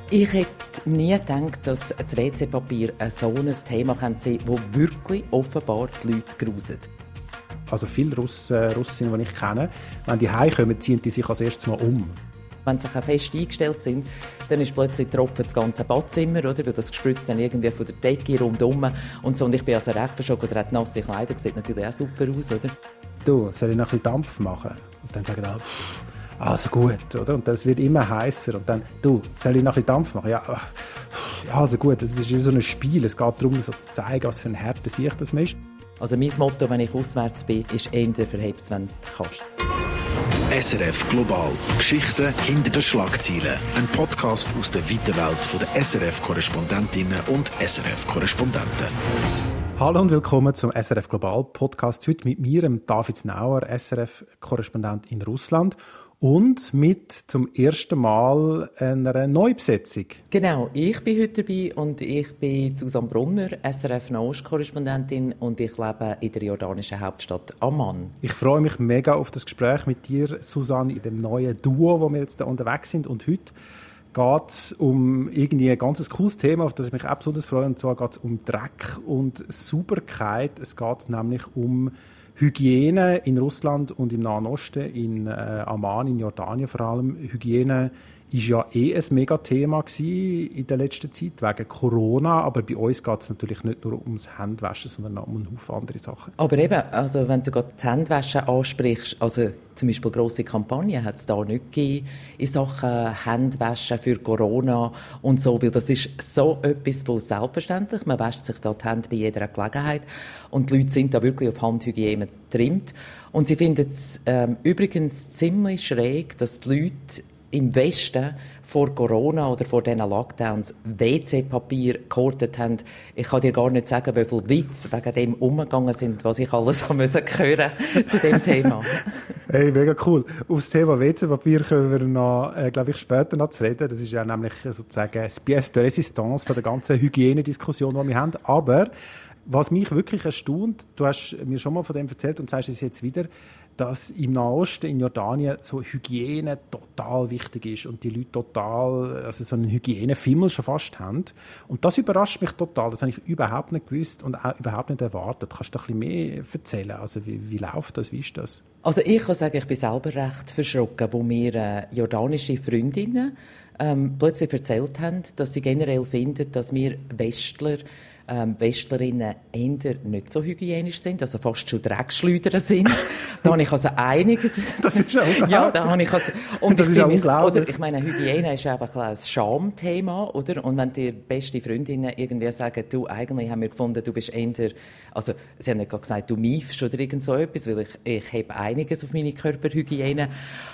Ich hätte nie gedacht, dass das WC-Papier so ein Thema sein kann, das wirklich offenbar die Leute gruselt. Also viele Russinnen, die ich kenne, wenn die heimkommen, ziehen die sich als erstes mal um. Wenn sie fest eingestellt sind, dann ist plötzlich tropft das ganze Badzimmer, oder? Weil das spritzt dann irgendwie von der Decke rundherum und so. Und ich bin also recht verschockt, oder hat nasse Kleider, sieht natürlich auch super aus, oder? Du, soll ich noch ein bisschen Dampf machen? Und dann sagen alle, also gut, oder? Und das wird immer heißer. Und dann, du, soll ich noch ein bisschen Dampf machen? Ja, also gut, das ist wie so ein Spiel. Es geht darum, so zu zeigen, was für ein harter Sicht das ist. Also mein Motto, wenn ich auswärts bin, ist eher verhebst, wenn du kannst. SRF Global. Geschichten hinter den Schlagzeilen. Ein Podcast aus der weiten Welt der SRF-Korrespondentinnen und SRF-Korrespondenten. Hallo und willkommen zum SRF Global Podcast. Heute mit mir, David Nauer, SRF-Korrespondent in Russland. Und mit zum ersten Mal einer Neubesetzung. Genau, ich bin heute dabei und ich bin Susanne Brunner, SRF-Nahost-Korrespondentin und ich lebe in der jordanischen Hauptstadt Amman. Ich freue mich mega auf das Gespräch mit dir, Susanne, in dem neuen Duo, wo wir jetzt da unterwegs sind. Und heute geht es um irgendwie ein ganz cooles Thema, auf das ich mich auch besonders freue. Und zwar geht es um Dreck und Sauberkeit. Es geht nämlich um Hygiene in Russland und im Nahen Osten, in Amman, in Jordanien vor allem. Hygiene ist ja ein Megathema in der letzten Zeit, wegen Corona. Aber bei uns geht es natürlich nicht nur ums Händewaschen, sondern auch um einen Haufen andere Sachen. Aber eben, also wenn du gerade das Händewaschen ansprichst, also zum Beispiel grosse Kampagnen hat es da nicht gegeben in Sachen Händewaschen für Corona und so, weil das ist so etwas von selbstverständlich. Man wäscht sich da die Hände bei jeder Gelegenheit und die Leute sind da wirklich auf Handhygiene getrimmt. Und sie finden es übrigens ziemlich schräg, dass die Leute im Westen vor Corona oder vor diesen Lockdowns WC-Papier gehortet haben. Ich kann dir gar nicht sagen, wie viele Witze wegen dem umgegangen sind, was ich alles hören musste zu dem Thema. Hey, mega cool. Auf das Thema WC-Papier können wir noch, glaube ich, später noch zu reden. Das ist ja nämlich sozusagen das Pièce de Résistance von der ganzen Hygienediskussion, die wir haben. Aber was mich wirklich erstaunt, du hast mir schon mal von dem erzählt und sagst es jetzt wieder, dass im Nahen Osten, in Jordanien, so Hygiene total wichtig ist und die Leute total, also so einen Hygienefimmel schon fast haben. Und das überrascht mich total. Das habe ich überhaupt nicht gewusst und auch überhaupt nicht erwartet. Kannst du ein bisschen mehr erzählen? Also wie läuft das? Wie ist das? Also ich kann sagen, ich bin selber recht verschrocken, wo mir jordanische Freundinnen plötzlich erzählt haben, dass sie generell finden, dass wir Westlerinnen eher nicht so hygienisch sind, also fast schon Dreckschleudern sind. Da habe ich also einiges. Das ist auch ja, da habe ich also. Und das ich ist bin unglaublich. oder ich meine, Hygiene ist eben ein Schamthema, oder? Und wenn die beste Freundinnen irgendwie sagen, du, eigentlich haben wir gefunden, du bist eher, also sie haben nicht gerade gesagt, du miefst oder irgend so etwas, weil ich habe einiges auf meine Körperhygiene.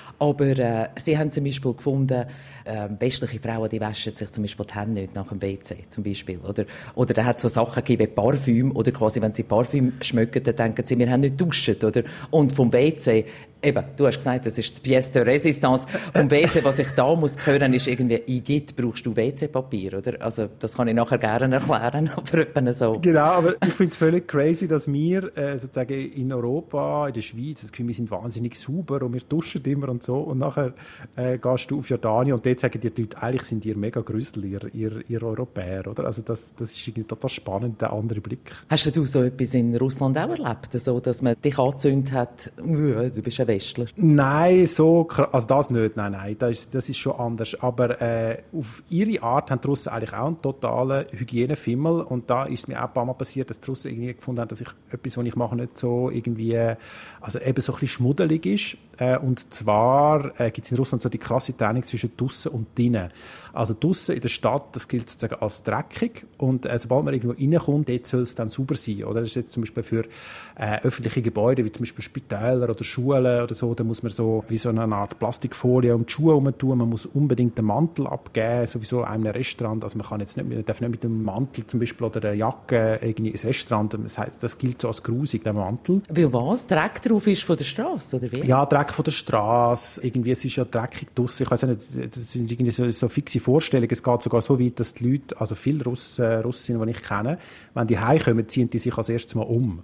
Aber sie haben zum Beispiel gefunden, westliche Frauen, die waschen sich zum Beispiel die Hände nicht nach dem WC, zum Beispiel. Oder da hat es so Sachen gegeben wie Parfüm, oder quasi, wenn sie Parfüm schmecken, dann denken sie, wir haben nicht geduscht, oder? Und vom WC, eben, du hast gesagt, das ist das Pièce de Résistance. Vom WC, was ich da muss hören, ist irgendwie, Igitt, brauchst du WC-Papier, oder? Also, das kann ich nachher gerne erklären, aber etwa so. Genau, aber ich finde es völlig crazy, dass wir sozusagen in Europa, in der Schweiz, das Gefühl, wir sind wahnsinnig sauber und wir duschen immer und so. Und nachher gehst du auf Jordanien und dort sagen dir die Leute, eigentlich sind ihr mega grüssel, ihr Europäer, oder? Also das ist irgendwie total spannend, der andere Blick. Hast du so etwas in Russland auch erlebt, so, dass man dich angezündet hat, du bist ein Westler? Nein, also das nicht, nein, das ist schon anders. Aber auf ihre Art haben die Russen eigentlich auch einen totalen Hygienefimmel und da ist mir auch ein paar Mal passiert, dass die Russen irgendwie gefunden haben, dass ich etwas, was ich mache, nicht so irgendwie, also eben so ein bisschen schmuddelig ist. Und zwar gibt es in Russland so die krasse Trennung zwischen draussen und drinnen. Also draussen in der Stadt, das gilt sozusagen als dreckig und sobald man irgendwo reinkommt, dort soll es dann sauber sein. Oder? Das ist jetzt zum Beispiel für öffentliche Gebäude, wie zum Beispiel Spitäler oder Schulen oder so, da muss man so wie so eine Art Plastikfolie um die Schuhe herum tun. Man muss unbedingt den Mantel abgeben, sowieso in einem Restaurant. Also man kann jetzt nicht, man darf nicht mit dem Mantel zum Beispiel oder der Jacke irgendwie ins Restaurant. Das heisst, das gilt so als grusig, der Mantel. Weil was? Dreck drauf ist von der Straße, oder wie? Ja, Dreck von der Straße. Irgendwie, es ist ja dreckig draussen. Ich weiss nicht, das sind irgendwie so fixe Vorstellungen. Es geht sogar so weit, dass die Leute, also viele Russinnen, die ich kenne, wenn die heimkommen, ziehen die sich als erstes mal um.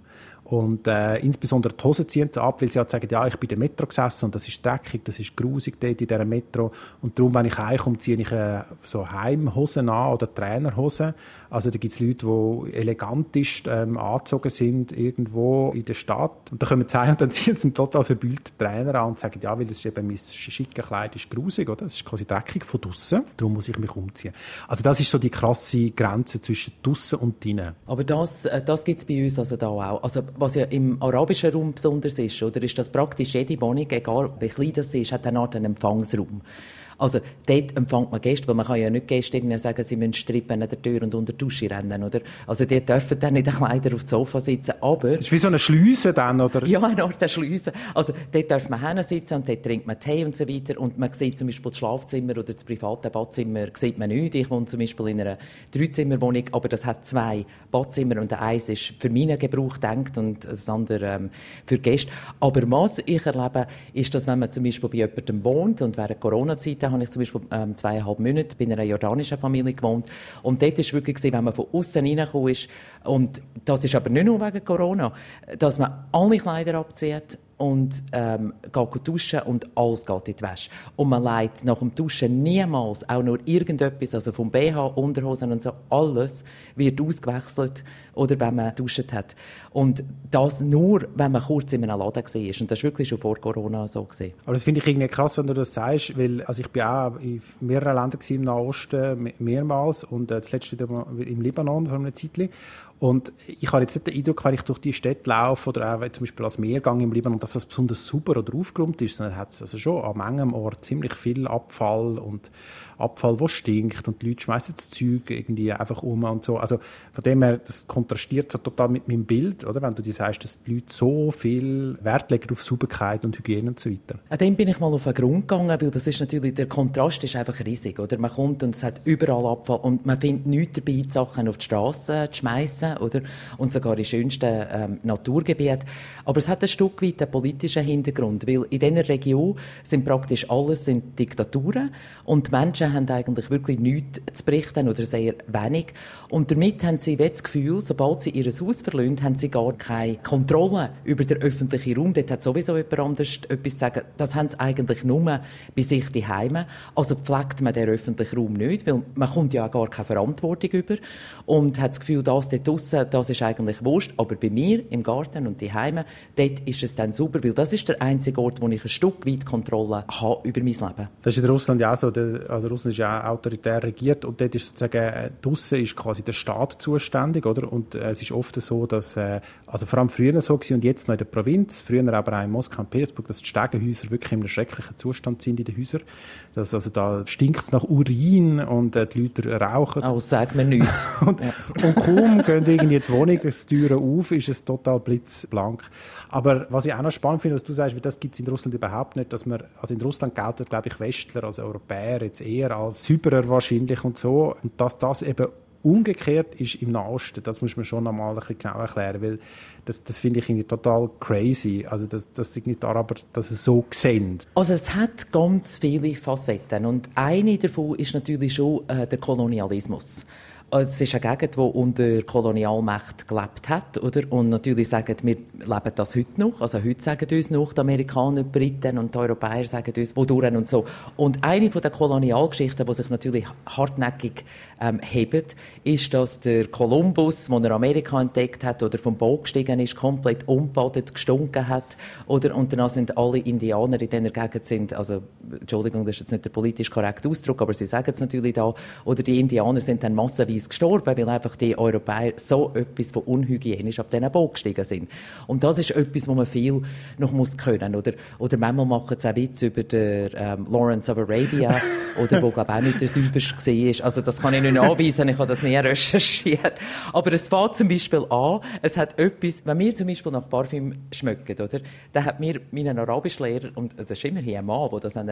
Und insbesondere die Hosen ziehen sie ab, weil sie halt sagen, ja, ich bin in der Metro gesessen und das ist dreckig, das ist grusig dort in dieser Metro. Und darum, wenn ich heimkomme, ziehe ich so Heimhosen an oder Trainerhosen. Also da gibt es Leute, die elegantest angezogen sind irgendwo in der Stadt. Und dann kommen sie heim und dann ziehen sie einen total verbühlten Trainer an und sagen, ja, weil das ist eben mein schickes Kleid ist grusig, oder? Das ist quasi dreckig von draussen. Darum muss ich mich umziehen. Also das ist so die krasse Grenze zwischen draussen und drinnen. Aber das gibt es bei uns also da auch. Also was ja im arabischen Raum besonders ist, oder, ist, dass praktisch jede Wohnung, egal wie klein das ist, hat eine Art einen Empfangsraum. Also dort empfängt man Gäste, weil man kann ja nicht Gäste irgendwie sagen, sie müssen strippen an der Tür und unter die Dusche rennen, oder? Also die dürfen dann in den Kleidern auf dem Sofa sitzen, aber... Das ist wie so eine Schliesse dann, oder? Ja, eine Art der Schliesse. Also dort darf man hinsitzen und dort trinkt man Tee und so weiter und man sieht zum Beispiel das Schlafzimmer oder das private Badzimmer sieht man nicht. Ich wohne zum Beispiel in einer 3-Zimmer-Wohnung, aber das hat 2 Badzimmer und eins ist für meinen Gebrauch gedacht und das andere für Gäste. Aber was ich erlebe, ist, dass wenn man zum Beispiel bei jemandem wohnt und während Corona-Zeit habe ich zum Beispiel 2,5 Monate bei einer jordanischen Familie gewohnt. Und dort war wirklich, wenn man von außen reingekommen ist, und das ist aber nicht nur wegen Corona, dass man alle Kleider abzieht und geht duschen und alles geht in die Wäsche. Und man legt nach dem Duschen niemals auch nur irgendetwas, also vom BH, Unterhosen und so, alles wird ausgewechselt oder wenn man duscht hat. Und das nur, wenn man kurz in einem Laden war. Und das war wirklich schon vor Corona so gewesen. Aber das finde ich irgendwie krass, wenn du das sagst, weil also ich bin auch in mehreren Ländern im Nahen Osten, mehrmals, und das letzte im Libanon vor einer Zeit. Und ich habe jetzt nicht den Eindruck, wenn ich durch die Städte laufe oder auch zum Beispiel als Meergang im Libanon, dass das besonders sauber oder aufgeräumt ist, sondern hat es also schon an manchem Ort ziemlich viel Abfall und Abfall, der stinkt und die Leute schmeißen das Zeug irgendwie einfach um und so. Also von dem her, das kontrastiert so total mit meinem Bild, oder? Wenn du dir sagst, dass die Leute so viel Wert legen auf Sauberkeit und Hygiene und so weiter. An dem bin ich mal auf den Grund gegangen, weil das ist natürlich, der Kontrast ist einfach riesig, oder? Man kommt und es hat überall Abfall und man findet nichts dabei, die Sachen auf die Straße zu schmeißen, oder? Und sogar in schönsten Naturgebieten. Aber es hat ein Stück weit einen politischen Hintergrund, weil in dieser Region sind praktisch alles sind Diktaturen und die Menschen haben eigentlich wirklich nichts zu berichten oder sehr wenig. Und damit haben sie das Gefühl, sobald sie ihr Haus verlassen, haben sie gar keine Kontrolle über den öffentlichen Raum. Dort hat sowieso jemand anderes etwas zu sagen. Das haben sie eigentlich nur bei sich zu Hause. Also pflegt man den öffentlichen Raum nicht, weil man kommt ja auch gar keine Verantwortung über und hat das Gefühl, das dort draussen, das ist eigentlich wurscht. Aber bei mir im Garten und zu Hause, dort ist es dann sauber, weil das ist der einzige Ort, wo ich ein Stück weit Kontrolle habe über mein Leben. Das ist in Russland ja auch so. Also Russland ist ja auch autoritär regiert und dort ist sozusagen, draussen ist quasi der Staat zuständig, oder? Und es ist oft so, dass, also vor allem früher so gewesen und jetzt noch in der Provinz, früher aber auch in Moskau und Petersburg, dass die Stegenhäuser wirklich in einem schrecklichen Zustand sind in den Häusern. Dass, also da stinkt es nach Urin und die Leute rauchen. Oh, sag mir nichts. und kaum gehen irgendwie die Wohnungstüren auf, ist es total blitzblank. Aber was ich auch noch spannend finde, was du sagst, weil das gibt es in Russland überhaupt nicht, dass man, also in Russland gelten, glaube ich, Westler, also Europäer jetzt eher als Cyberer wahrscheinlich und so, und dass das eben umgekehrt ist im Nahen Osten, das muss man schon einmal ein bisschen genau erklären, weil das finde ich irgendwie total crazy, also dass die Araber das so sehen. Also es hat ganz viele Facetten und eine davon ist natürlich schon der Kolonialismus. Es ist eine Gegend, die unter Kolonialmacht gelebt hat, oder? Und natürlich sagen wir leben das heute noch. Also heute sagen uns noch die Amerikaner, die Briten und die Europäer sagen uns, wodurch und so. Und eine von der Kolonialgeschichten, die sich natürlich hartnäckig hebt, ist, dass der Kolumbus, den er Amerika entdeckt hat oder vom Boot gestiegen ist, komplett umgebadet, gestunken hat, oder? Und danach sind alle Indianer in dieser Gegend sind, also, Entschuldigung, das ist jetzt nicht der politisch korrekte Ausdruck, aber sie sagen es natürlich da, oder die Indianer sind dann massenweise gestorben, weil einfach die Europäer so etwas von unhygienisch ab diesen Boot gestiegen sind. Und das ist etwas, wo man viel noch muss können. Oder manchmal machen sie auch Witz über den Lawrence of Arabia, oder wo, glaube ich, auch nicht der sauberste war. Also das kann ich nicht anweisen, ich habe das nie recherchiert. Aber es fängt zum Beispiel an, es hat etwas, wenn wir zum Beispiel nach Parfüm schmecken, oder, dann hat mir mein Arabischlehrer, und das ist immerhin ein Mann, der das an einer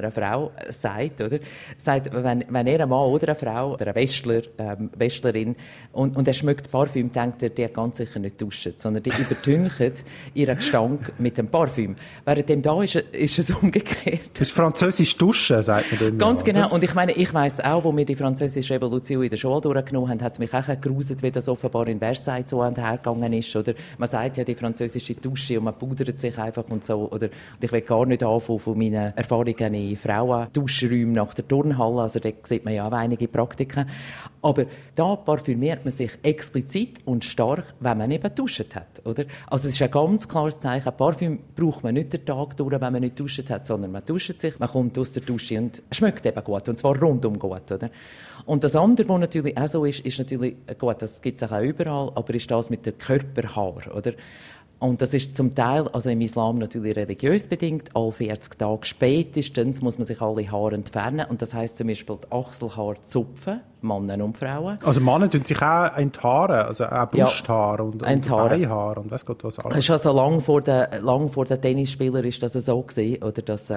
einer Frau sagt, oder? Sagt, wenn er ein Mann oder eine Frau oder eine Westlerin und er schmeckt Parfüm, denkt er, die hat ganz sicher nicht duschen, sondern die übertünchen ihren Gestank mit dem Parfüm. Während dem da ist es umgekehrt. Das ist französisch Duschen, sagt man dem. Ganz ja, genau. Oder? Und ich meine, ich weiss auch, wo wir die französische Revolution in der Schule durchgenommen haben, hat es mich auch geruset, wie das offenbar in Versailles so hergegangen ist. Oder man sagt ja, die französische Dusche und man pudert sich einfach und so. Oder, und ich will gar nicht anfangen von meinen Erfahrungen in Frauenduschräumen nach der Turnhalle. Also da sieht man ja auch einige Praktiken. Aber da parfümiert man sich explizit und stark, wenn man eben duscht hat, oder? Also es ist ein ganz klares Zeichen. Parfüm braucht man nicht den Tag durch, wenn man nicht duscht hat, sondern man duscht sich, man kommt aus der Dusche und schmeckt eben gut. Und zwar rundum gut, oder? Und das andere, was natürlich auch so ist natürlich, gut, das gibt es auch überall, aber ist das mit der Körperhaar, oder? Und das ist zum Teil, also im Islam natürlich religiös bedingt, alle 40 Tage spätestens muss man sich alle Haare entfernen. Und das heisst zum Beispiel die Achselhaare zupfen, Männer und Frauen. Also Männer tun sich auch enthaaren, also auch Brusthaar und Beinhaar und weiss Gott was alles. Schon so lang vor den Tennisspielern ist das so gewesen, oder dass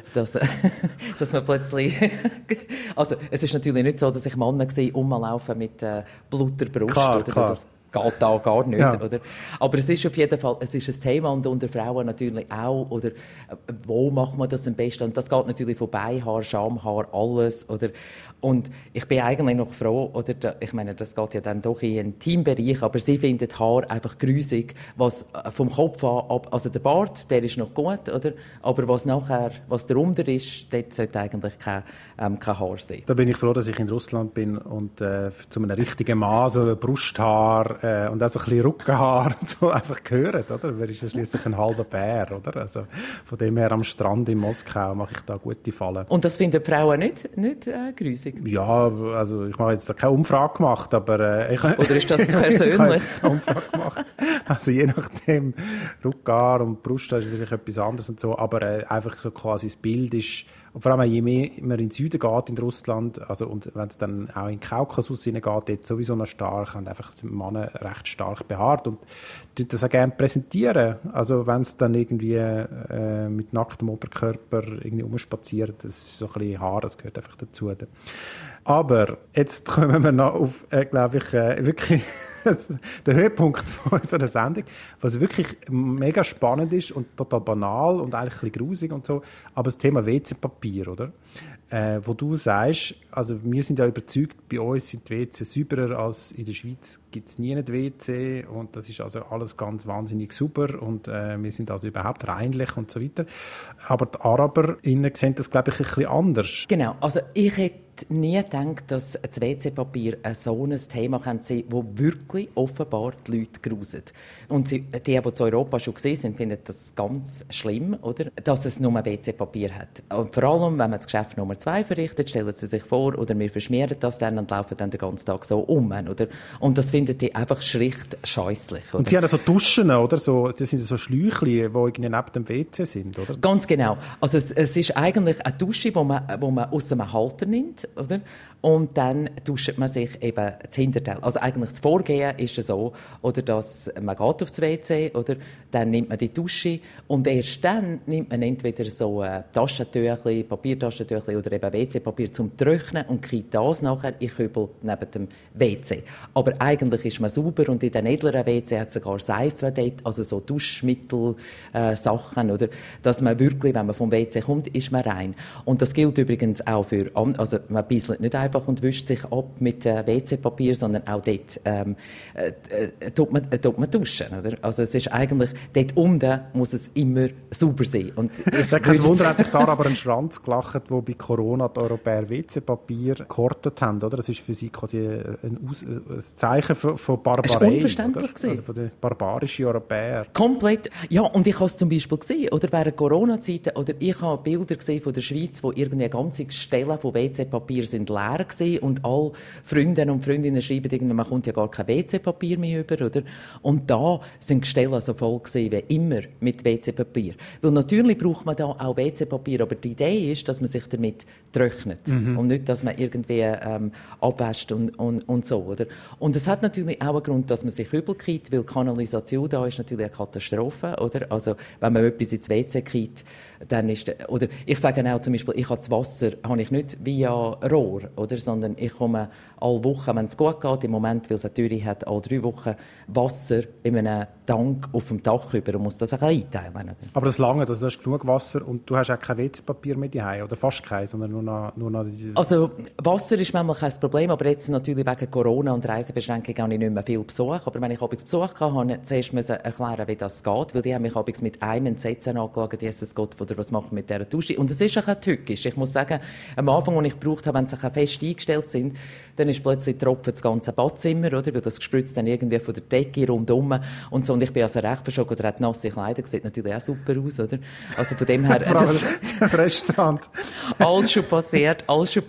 man plötzlich, also es ist natürlich nicht so, dass ich Männer gesehen rumlaufen mit Blutterbrust, klar, oder klar. das geht da gar nicht, ja. oder? Aber es ist auf jeden Fall, es ist ein Thema und unter Frauen natürlich auch, oder wo macht man das am besten? Und das geht natürlich von Beinhaar, Schamhaar, alles, oder? Und ich bin eigentlich noch froh, oder? Ich meine, das geht ja dann doch in einen Teambereich, aber sie finden Haar einfach grusig, was vom Kopf an ab, also der Bart, der ist noch gut, oder? Aber was darunter ist, dort sollte eigentlich kein Haar sein. Da bin ich froh, dass ich in Russland bin und zu einem richtigen Mann so ein Brusthaar und auch so ein bisschen Rückenhaar und so einfach gehört, oder? Wer ist ja schliesslich ein halber Bär, oder? Also von dem her am Strand in Moskau mache ich da gute Fallen. Und das finden die Frauen nicht grusig? Ja, also ich habe jetzt da keine Umfrage gemacht, aber oder ist das zu persönlich? Ich habe jetzt keine Umfrage gemacht. Also je nachdem, Rückenhaar und Brusthaar ist vielleicht etwas anderes und so, aber einfach so quasi das Bild ist. Und vor allem, je mehr man in den Süden geht in Russland, also, und wenn es dann auch in den Kaukasus hineingeht, dort sowieso noch stark, und einfach sind Männer recht stark behaart und das auch gerne präsentieren. Also wenn es dann irgendwie mit nacktem Oberkörper irgendwie rumspaziert, das ist so ein bisschen Haar, das gehört einfach dazu. Aber jetzt kommen wir noch auf, glaube ich, wirklich der Höhepunkt von unserer Sendung, was wirklich mega spannend ist und total banal und eigentlich ein bisschen grusig und so, aber das Thema WC-Papier, oder? Wo du sagst, also wir sind ja überzeugt, bei uns sind die WC sauberer als in der Schweiz, gibt es nie ein WC und das ist also alles ganz wahnsinnig sauber und wir sind also überhaupt reinlich und so weiter. Aber die AraberInnen sehen das, glaube ich, ein bisschen anders. Genau, also ich hätte nie gedacht, dass das WC-Papier so ein Thema sein kann, wo wirklich offenbar die Leute gruset. Und die zu Europa schon gesehen sind, finden das ganz schlimm, oder? Dass es nur WC-Papier hat. Und vor allem, wenn man das Geschäft Nummer 2 verrichtet, stellen sie sich vor, oder wir verschmieren das dann und laufen dann den ganzen Tag so um, oder? Und das finden die einfach schlicht scheisslich, oder? Und sie haben so Duschen, oder? So, das sind so Schläuche, die irgendwie neben dem WC sind, oder? Ganz genau. Also es ist eigentlich eine Dusche, wo man aus einem Halter nimmt, oder? Und dann duscht man sich eben das Hinterteil. Also eigentlich das Vorgehen ist so, oder dass man geht aufs WC, oder dann nimmt man die Dusche und erst dann nimmt man entweder so Taschentüchli, Papiertaschentüchli oder eben WC-Papier zum Trocknen und kriegt das nachher in Kübel neben dem WC. Aber eigentlich ist man sauber und in den edleren WC hat es sogar Seife dort, also so Duschmittel, Sachen, oder? Dass man wirklich, wenn man vom WC kommt, ist man rein. Und das gilt übrigens auch für, also man bisselt nicht einfach und wischt sich ab mit WC-Papier, sondern auch dort tut man duschen, oder? Also es ist eigentlich, dort unten muss es immer sauber sein. Und kein Wunder, hat sich da aber ein Schranz gelacht, wo bei Corona die Europäer WC-Papier gehortet haben, oder? Das ist für sie quasi ein Zeichen von Barbarei. Das war unverständlich. Also von den barbarischen Europäern. Komplett. Ja, und ich habe es zum Beispiel gesehen, oder während Corona-Zeiten, oder ich habe Bilder gesehen von der Schweiz, wo irgendwie ganze Stellen von WC-Papier sind leer gewesen und alle Freundinnen und Freundinnen schreiben irgendwie, man kommt ja gar kein WC-Papier mehr über, oder? Und da sind die Stellen so voll gewesen wie immer mit WC-Papier. Weil natürlich braucht man da auch WC-Papier, aber die Idee ist, dass man sich damit trocknet und nicht, dass man irgendwie abwäscht und so, oder? Und es hat natürlich auch einen Grund, dass man sich übel kriegt, weil Kanalisation da ist natürlich eine Katastrophe, oder? Also wenn man etwas ins WC kriegt, dann ist, oder ich sage auch zum Beispiel, ich habe das Wasser, habe ich nicht via Rohr, oder, sondern ich komme alle Wochen, wenn es gut geht, im Moment, weil es eine Türe hat, alle 3 Wochen Wasser in einem Tank auf dem Dach über und muss das auch einteilen. Aber das lange, also du hast genug Wasser und du hast auch kein WC-Papier mehr daheim, oder fast kein, sondern nur noch Also Wasser ist manchmal kein Problem, aber jetzt natürlich wegen Corona und Reisebeschränkungen habe ich nicht mehr viel Besuch. Aber wenn ich abends Besuch hatte, musste ich zuerst erklären, wie das geht, weil die haben mich abends mit einem Sätzen angeschaut, Jesus Gott, oder was machen mit dieser Dusche. Und es ist ein bisschen tückisch. Ich muss sagen, am Anfang, als ich gebraucht habe, wenn sie fest eingestellt sind, dann ist plötzlich tropfen das ganze Badzimmer, oder? Weil das spritzt dann irgendwie von der Decke rundum und so. Und ich bin also recht verschockt, oder hat nasse Kleider, sieht natürlich auch super aus, oder? Also von dem her... das Restaurant. Alles schon passiert.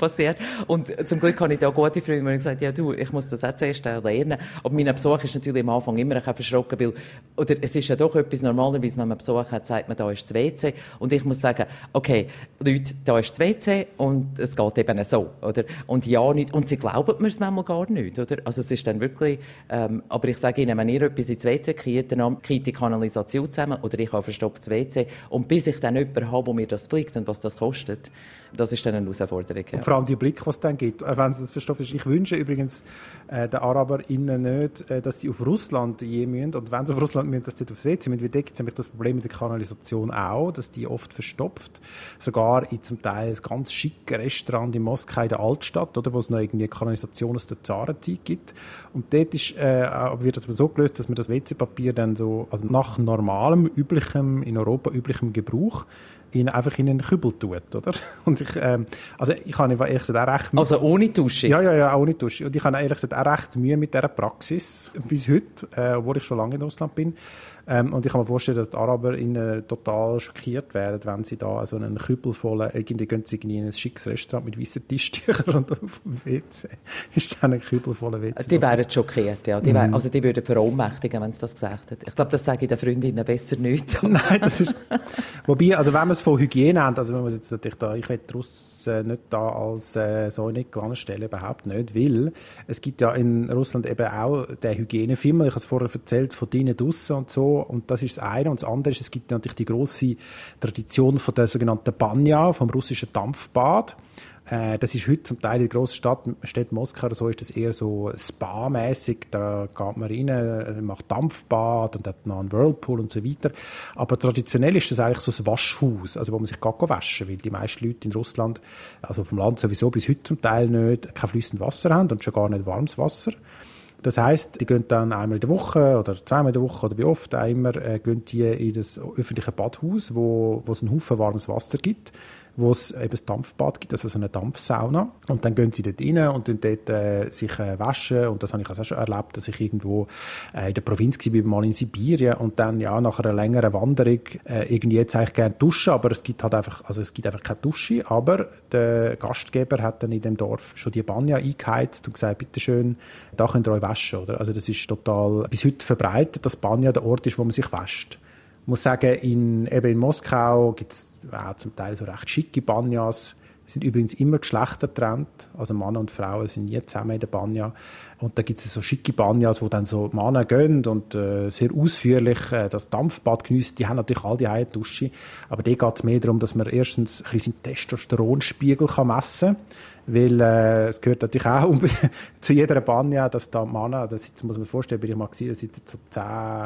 Und zum Glück habe ich da gute Freunde, die gesagt haben, ja du, ich muss das auch zuerst lernen. Aber mein Besuch ist natürlich am Anfang immer ein bisschen verschrocken, weil, oder es ist ja doch etwas normalerweise, wenn man Besuch hat, sagt man, da ist das WC. Und ich muss sagen, okay, Leute, da ist das WC und es geht eben so, oder? Und ja, nicht. Und sie glauben mir es manchmal gar nicht, oder? Also es ist dann wirklich, aber ich sage Ihnen, wenn ihr etwas ins WC kriegt, dann kriegt die Kanalisation zusammen, oder ich habe ein verstopftes WC. Und bis ich dann jemanden habe, der mir das fliegt und was das kostet, das ist dann eine Herausforderung. Ja. Und vor allem die Blick, was es dann gibt, wenn es das verstopft ist. Ich wünsche übrigens den AraberInnen nicht, dass sie auf Russland je müssen, und wenn sie auf Russland müssen, dass sie auf WC müssen, weil dort gibt es nämlich das Problem mit der Kanalisation auch, dass die oft verstopft. Sogar in zum Teil ein ganz schickes Restaurant in Moskau in der Altstadt, oder, wo es noch irgendwie Kanalisation aus der Zarenzeit gibt. Und dort ist, wird das so gelöst, dass man das WC-Papier dann so, also nach normalem, üblichem, in Europa üblichem Gebrauch, einfach in einen Kübel tut, oder? Und ich habe ehrlich gesagt auch recht... Also ohne Dusche? Ja, ohne Dusche. Und ich habe ehrlich gesagt auch recht Mühe mit dieser Praxis bis heute, obwohl ich schon lange in Russland bin. Und ich kann mir vorstellen, dass die AraberInnen total schockiert werden, wenn sie da so einen Kübel voll, irgendwie gehen sie in ein schickes Restaurant mit weißen Tischtüchern und auf dem WC ist dann ein Kübel voller WC. Die wären schockiert, ja. Die würden verohnmächtigen, wenn sie das gesagt hätten. Ich glaube, das sage ich den Freundinnen besser nicht. Nein, das ist... Wobei, also wenn wir es von Hygiene haben, also wenn wir jetzt natürlich da, ich will die Russen nicht da als Säunig anstellen, überhaupt nicht, weil es gibt ja in Russland eben auch den Hygienefilm, ich habe es vorher erzählt, von drinnen draussen und so, und das ist das eine. Und das andere ist, es gibt natürlich die grosse Tradition von der sogenannten Banja, vom russischen Dampfbad. Das ist heute zum Teil in der grossen Stadt Moskau oder so, ist das eher so spa-mässig. Da geht man rein, macht Dampfbad und hat noch einen Whirlpool und so weiter. Aber traditionell ist das eigentlich so ein Waschhaus, also wo man sich gar waschen kann, weil die meisten Leute in Russland, also auf dem Land sowieso bis heute zum Teil nicht, kein fließendes Wasser haben und schon gar nicht warmes Wasser. Das heisst, die gehen dann einmal in der Woche oder zweimal in der Woche oder wie oft auch immer, gehen die in das öffentliche Badhaus, wo es einen Haufen warmes Wasser gibt, wo es eben ein Dampfbad gibt, also so eine Dampfsauna. Und dann gehen sie dort rein und dann dort sich waschen. Und das habe ich also auch schon erlebt, dass ich irgendwo in der Provinz war, mal in Sibirien, und dann ja nach einer längeren Wanderung irgendwie jetzt eigentlich gerne duschen, aber es gibt halt einfach, also es gibt einfach keine Dusche, aber der Gastgeber hat dann in dem Dorf schon die Banja eingeheizt und gesagt, bitteschön, da könnt ihr euch waschen, oder? Also das ist total bis heute verbreitet, dass Banja der Ort ist, wo man sich wäscht. Ich muss sagen, in Moskau gibt es zum Teil so recht schicke Banjas. Die sind übrigens immer geschlechtergetrennt. Also Männer und Frauen sind nie zusammen in der Banja. Und da gibt es so schicke Banjas, wo dann so Männer gehen und sehr ausführlich das Dampfbad geniessen. Die haben natürlich all die eine Dusche. Aber da geht es mehr darum, dass man erstens ein bisschen seinen Testosteronspiegel messen kann. Weil es gehört natürlich auch zu jeder Banja, dass da Männer, das muss man sich vorstellen, bin ich mal gesehen, das sind so 10,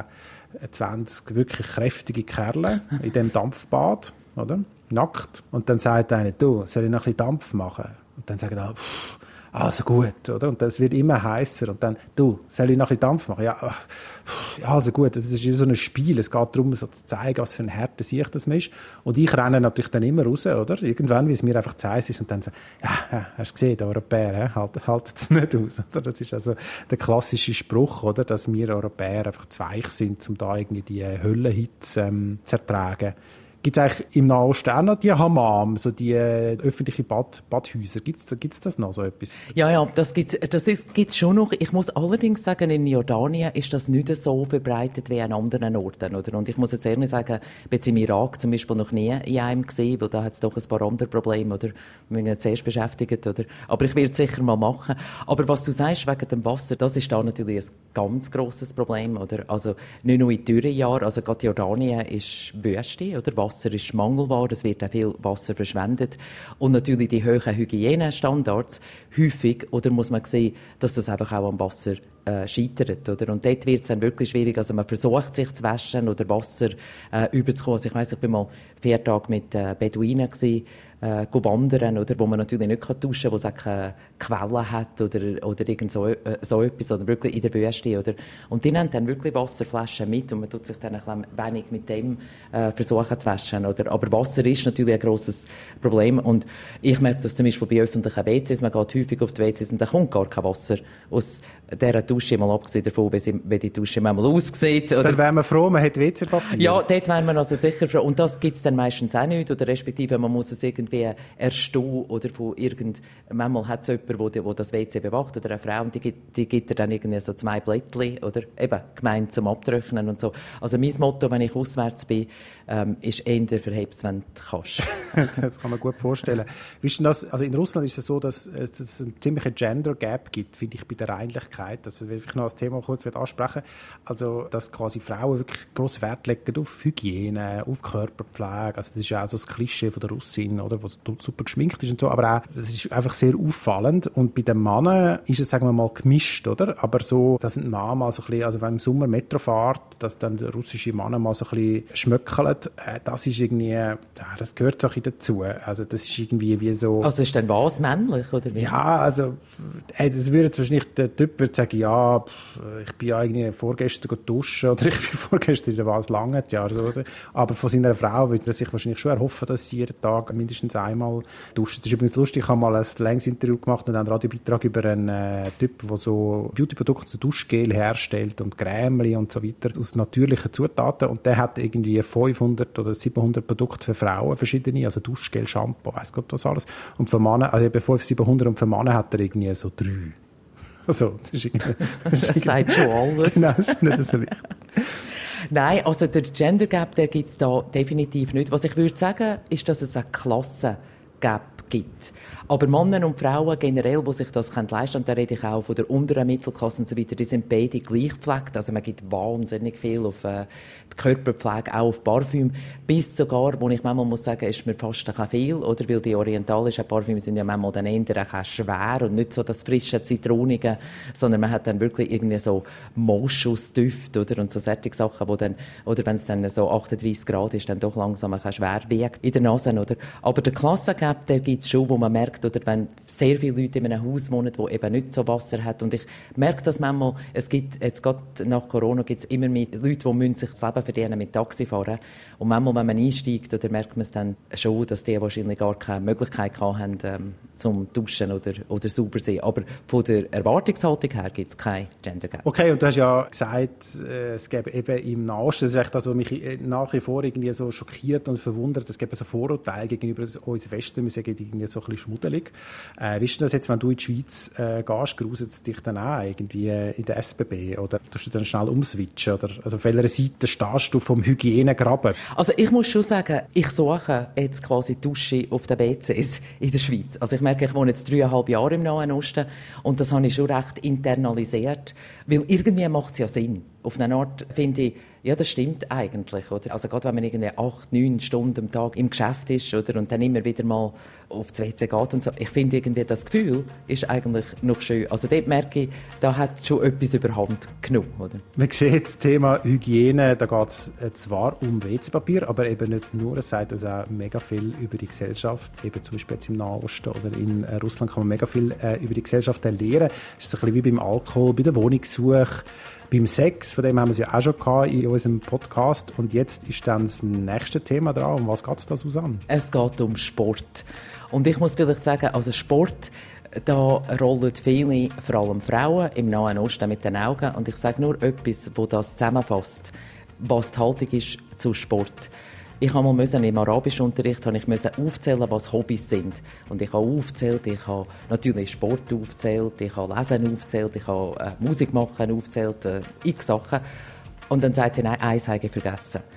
20 wirklich kräftige Kerle in dem Dampfbad, oder? Nackt. Und dann sagt einer, du, soll ich noch ein bisschen Dampf machen? Und dann sagen alle, also gut, oder? Und das wird immer heißer. Und dann, du, soll ich noch ein bisschen Dampf machen? Ja, also gut, das ist so ein Spiel. Es geht darum, so zu zeigen, was für ein harter Sieg das ist. Und ich renne natürlich dann immer raus, oder? Irgendwann, wie es mir einfach zu heiß ist. Und dann so, ja, hast du gesehen, der Europäer, haltet es nicht aus, oder? Das ist also der klassische Spruch, oder? Dass wir Europäer einfach zu weich sind, um da irgendwie die Höllenhitze zu ertragen. Gibt es eigentlich im Nahen Osten auch noch die Hammam, so die öffentlichen Badhäuser? Gibt's das noch, so etwas? Ja, das gibt's schon noch. Ich muss allerdings sagen, in Jordanien ist das nicht so verbreitet wie an anderen Orten, oder? Und ich muss jetzt ehrlich sagen, ich bin jetzt im Irak zum Beispiel noch nie in einem gesehen, weil da hat es doch ein paar andere Probleme, oder? Wir sind zuerst beschäftigt, oder? Aber ich werde es sicher mal machen. Aber was du sagst wegen dem Wasser, das ist da natürlich ein ganz grosses Problem, oder? Also nicht nur in Dürrejahren, also gerade Jordanien ist Wüste, oder? Wasser ist Mangelware, es wird auch viel Wasser verschwendet. Und natürlich die hohen Hygienestandards häufig, oder muss man sehen, dass das einfach auch am Wasser scheitert, oder? Und dort wird es dann wirklich schwierig. Also man versucht, sich zu waschen oder Wasser überzukommen. Also ich weiss, ich bin mal 4 Tage mit Beduinen gewesen, wandern, oder, wo man natürlich nicht duschen kann, wo es auch keine Quelle hat oder irgend so etwas, oder wirklich in der Wüste, oder. Und die nehmen dann wirklich Wasserflaschen mit und man tut sich dann ein wenig mit dem versuchen zu waschen, oder. Aber Wasser ist natürlich ein grosses Problem und ich merke das zum Beispiel bei öffentlichen WCs, man geht häufig auf die WCs und da kommt gar kein Wasser aus dieser Dusche, mal abgesehen davon, wie die Dusche manchmal aussieht. Oder? Dann wären wir froh, man hat WC-Papier. Ja, dort wären wir also sicher froh. Und das gibt's dann meistens auch nicht, oder respektive man muss es irgendwie erstehen oder von manchmal hat es jemanden, der das WC bewacht oder eine Frau und die gibt er dann irgendwie so 2 Blättchen oder eben gemeint zum Abtrocknen und so. Also mein Motto, wenn ich auswärts bin, ist eher verhebst, wenn du kannst. Das kann man gut vorstellen. Wie ist denn das? Also in Russland ist es so, dass es einen ziemlichen Gender Gap gibt, finde ich, bei der Reinlichkeit. Das will ich noch als Thema kurz ansprechen. Also, dass quasi Frauen wirklich grossen Wert legen auf Hygiene, auf Körperpflege. Also das ist ja auch so das Klischee von der Russin, oder, wo super geschminkt ist und so. Aber auch, das ist einfach sehr auffallend. Und bei den Männern ist es, sagen wir mal, gemischt, oder? Aber so, dass ein Mann mal so ein bisschen, also wenn im Sommer Metro fährt, dass dann der russische Mann mal so ein bisschen schmöckelt, das ist irgendwie, das gehört so ein bisschen dazu. Also das ist irgendwie wie so... Also ist dann was männlich, oder wie? Ja, also das würde jetzt wahrscheinlich, der Typ würde sagen, ja, ich bin ja irgendwie vorgestern duschen oder ich bin vorgestern in der Wahl lange Jahr, so, oder? Aber von seiner Frau würde er sich wahrscheinlich schon erhoffen, dass sie jeden Tag mindestens einmal duscht. Das ist übrigens lustig, ich habe mal ein längeres Interview gemacht und einen Radiobeitrag über einen Typ, der so Beautyprodukte, so Duschgel herstellt und Cremeli und so weiter aus natürlichen Zutaten und der hat irgendwie 500 oder 700 Produkte für Frauen, verschiedene, also Duschgel, Shampoo, weiss Gott was alles. Und für Männer, also eben 500, 700 und für Männer hat er irgendwie so 3. Also, das sagt schon alles. Genau, das ist nicht so wichtig. Nein, also der Gender Gap, der gibt's da definitiv nicht. Was ich würde sagen, ist, dass es eine Klassen Gap gibt. Aber Männer und Frauen generell, die sich das leisten können, und da rede ich auch von der unteren Mittelklasse und so weiter, die sind beide gleich gepflegt. Also man gibt wahnsinnig viel auf die Körperpflege, auch auf Parfüm. Bis sogar, wo ich manchmal muss sagen, ist mir fast ein viel, oder? Weil die orientalischen Parfüme sind ja manchmal dann eher auch schwer und nicht so das frische Zitronige, sondern man hat dann wirklich irgendwie so Moschusdüfte, oder? Und so solche Sachen, wo dann, oder wenn es dann so 38 Grad ist, dann doch langsam ein schwer wiegt in der Nase, oder? Aber der Klassengap, der gibt's schon, wo man merkt, oder wenn sehr viele Leute in einem Haus wohnen, wo eben nicht so Wasser hat. Und ich merke das manchmal, es gibt, jetzt gerade nach Corona gibt's immer mehr Leute, die sich das Leben verdienen mit Taxifahren. Und manchmal, wenn man einsteigt, oder merkt man es dann schon, dass die wahrscheinlich gar keine Möglichkeit haben, zum Duschen oder sauber sein. Aber von der Erwartungshaltung her gibt es kein Gender Gap. Okay, und du hast ja gesagt, es gäbe eben im Nahosten, das ist echt das, was mich nach wie vor irgendwie so schockiert und verwundert, es gäbe so Vorurteile gegenüber uns Westen, wir sagen irgendwie so ein bisschen schmuddelig. Wie ist das jetzt, wenn du in die Schweiz gehst, gruselt es dich dann auch irgendwie in der SBB oder tust du dann schnell umswitchen? Oder also auf welcher Seite stehst du vom Hygienegraben? Also ich muss schon sagen, ich suche jetzt quasi Dusche auf den WCs in der Schweiz. Also ich merke, ich wohne jetzt 3,5 Jahre im Nahen Osten und das habe ich schon recht internalisiert, weil irgendwie macht es ja Sinn. Auf eine Art finde ich, ja, das stimmt eigentlich, oder? Also gerade wenn man irgendwie 8, 9 Stunden am Tag im Geschäft ist, oder? Und dann immer wieder mal auf das WC geht und so. Ich finde irgendwie, das Gefühl ist eigentlich noch schön. Also dort merke ich, da hat schon etwas überhand genommen, oder? Man sieht das Thema Hygiene, da geht es zwar um WC-Papier, aber eben nicht nur. Es sagt uns auch mega viel über die Gesellschaft, eben zum Beispiel jetzt im Nahen Osten oder in Russland kann man mega viel über die Gesellschaft lernen. Es ist ein bisschen wie beim Alkohol, bei der Wohnungssuche, beim Sex, von dem haben wir es ja auch schon gehabt in unserem Podcast. Und jetzt ist dann das nächste Thema dran. Um was geht es da, Susanne? Es geht um Sport. Und ich muss vielleicht sagen, also Sport, da rollen viele, vor allem Frauen, im Nahen Osten mit den Augen. Und ich sage nur etwas, das das zusammenfasst, was die Haltung ist zu Sport. Ich musste im arabischen Unterricht aufzählen, was Hobbys sind. Und ich habe aufgezählt, ich habe natürlich Sport aufgezählt, ich habe Lesen aufgezählt, ich habe Musik machen aufgezählt, x Sachen. Und dann sagt sie, nein, eins habe ich vergessen.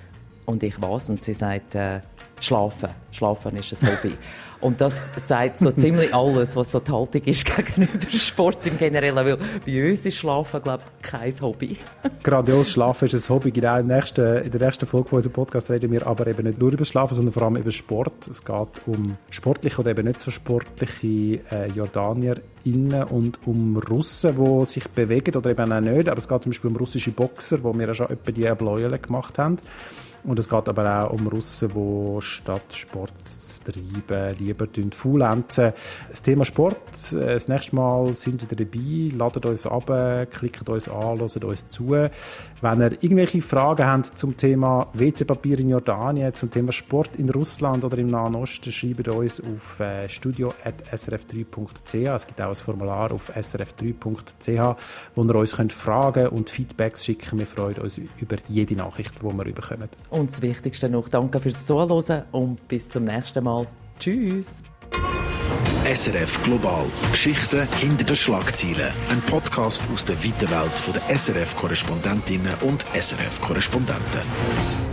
Und ich was? Und sie sagt, Schlafen. Schlafen ist ein Hobby. Und das sagt so ziemlich alles, was so die Haltung ist gegenüber Sport im Generellen. Weil bei uns ist Schlafen, glaube ich, kein Hobby. Grandios, Schlafen ist ein Hobby. Genau in der nächsten Folge von unserem Podcast reden wir aber eben nicht nur über Schlafen, sondern vor allem über Sport. Es geht um sportliche oder eben nicht so sportliche JordanierInnen und um Russen, die sich bewegen oder eben auch nicht. Aber es geht zum Beispiel um russische Boxer, wo wir ja schon etwa die Bläuele gemacht haben. Und es geht aber auch um Russen, die statt Sport zu treiben lieber faulenzen. Das Thema Sport, das nächste Mal sind wir dabei. Ladet uns ab, klickt uns an, hört uns zu. Wenn ihr irgendwelche Fragen habt zum Thema WC-Papier in Jordanien, zum Thema Sport in Russland oder im Nahen Osten, schreibt uns auf studio@srf3.ch. Es gibt auch ein Formular auf srf3.ch, wo ihr uns Fragen und Feedbacks schicken könnt. Wir freuen uns über jede Nachricht, die wir bekommen. Und das Wichtigste noch, danke fürs Zuhören und bis zum nächsten Mal. Tschüss! SRF Global. Geschichten hinter den Schlagzeilen. Ein Podcast aus der weiten Welt der SRF-Korrespondentinnen und SRF-Korrespondenten.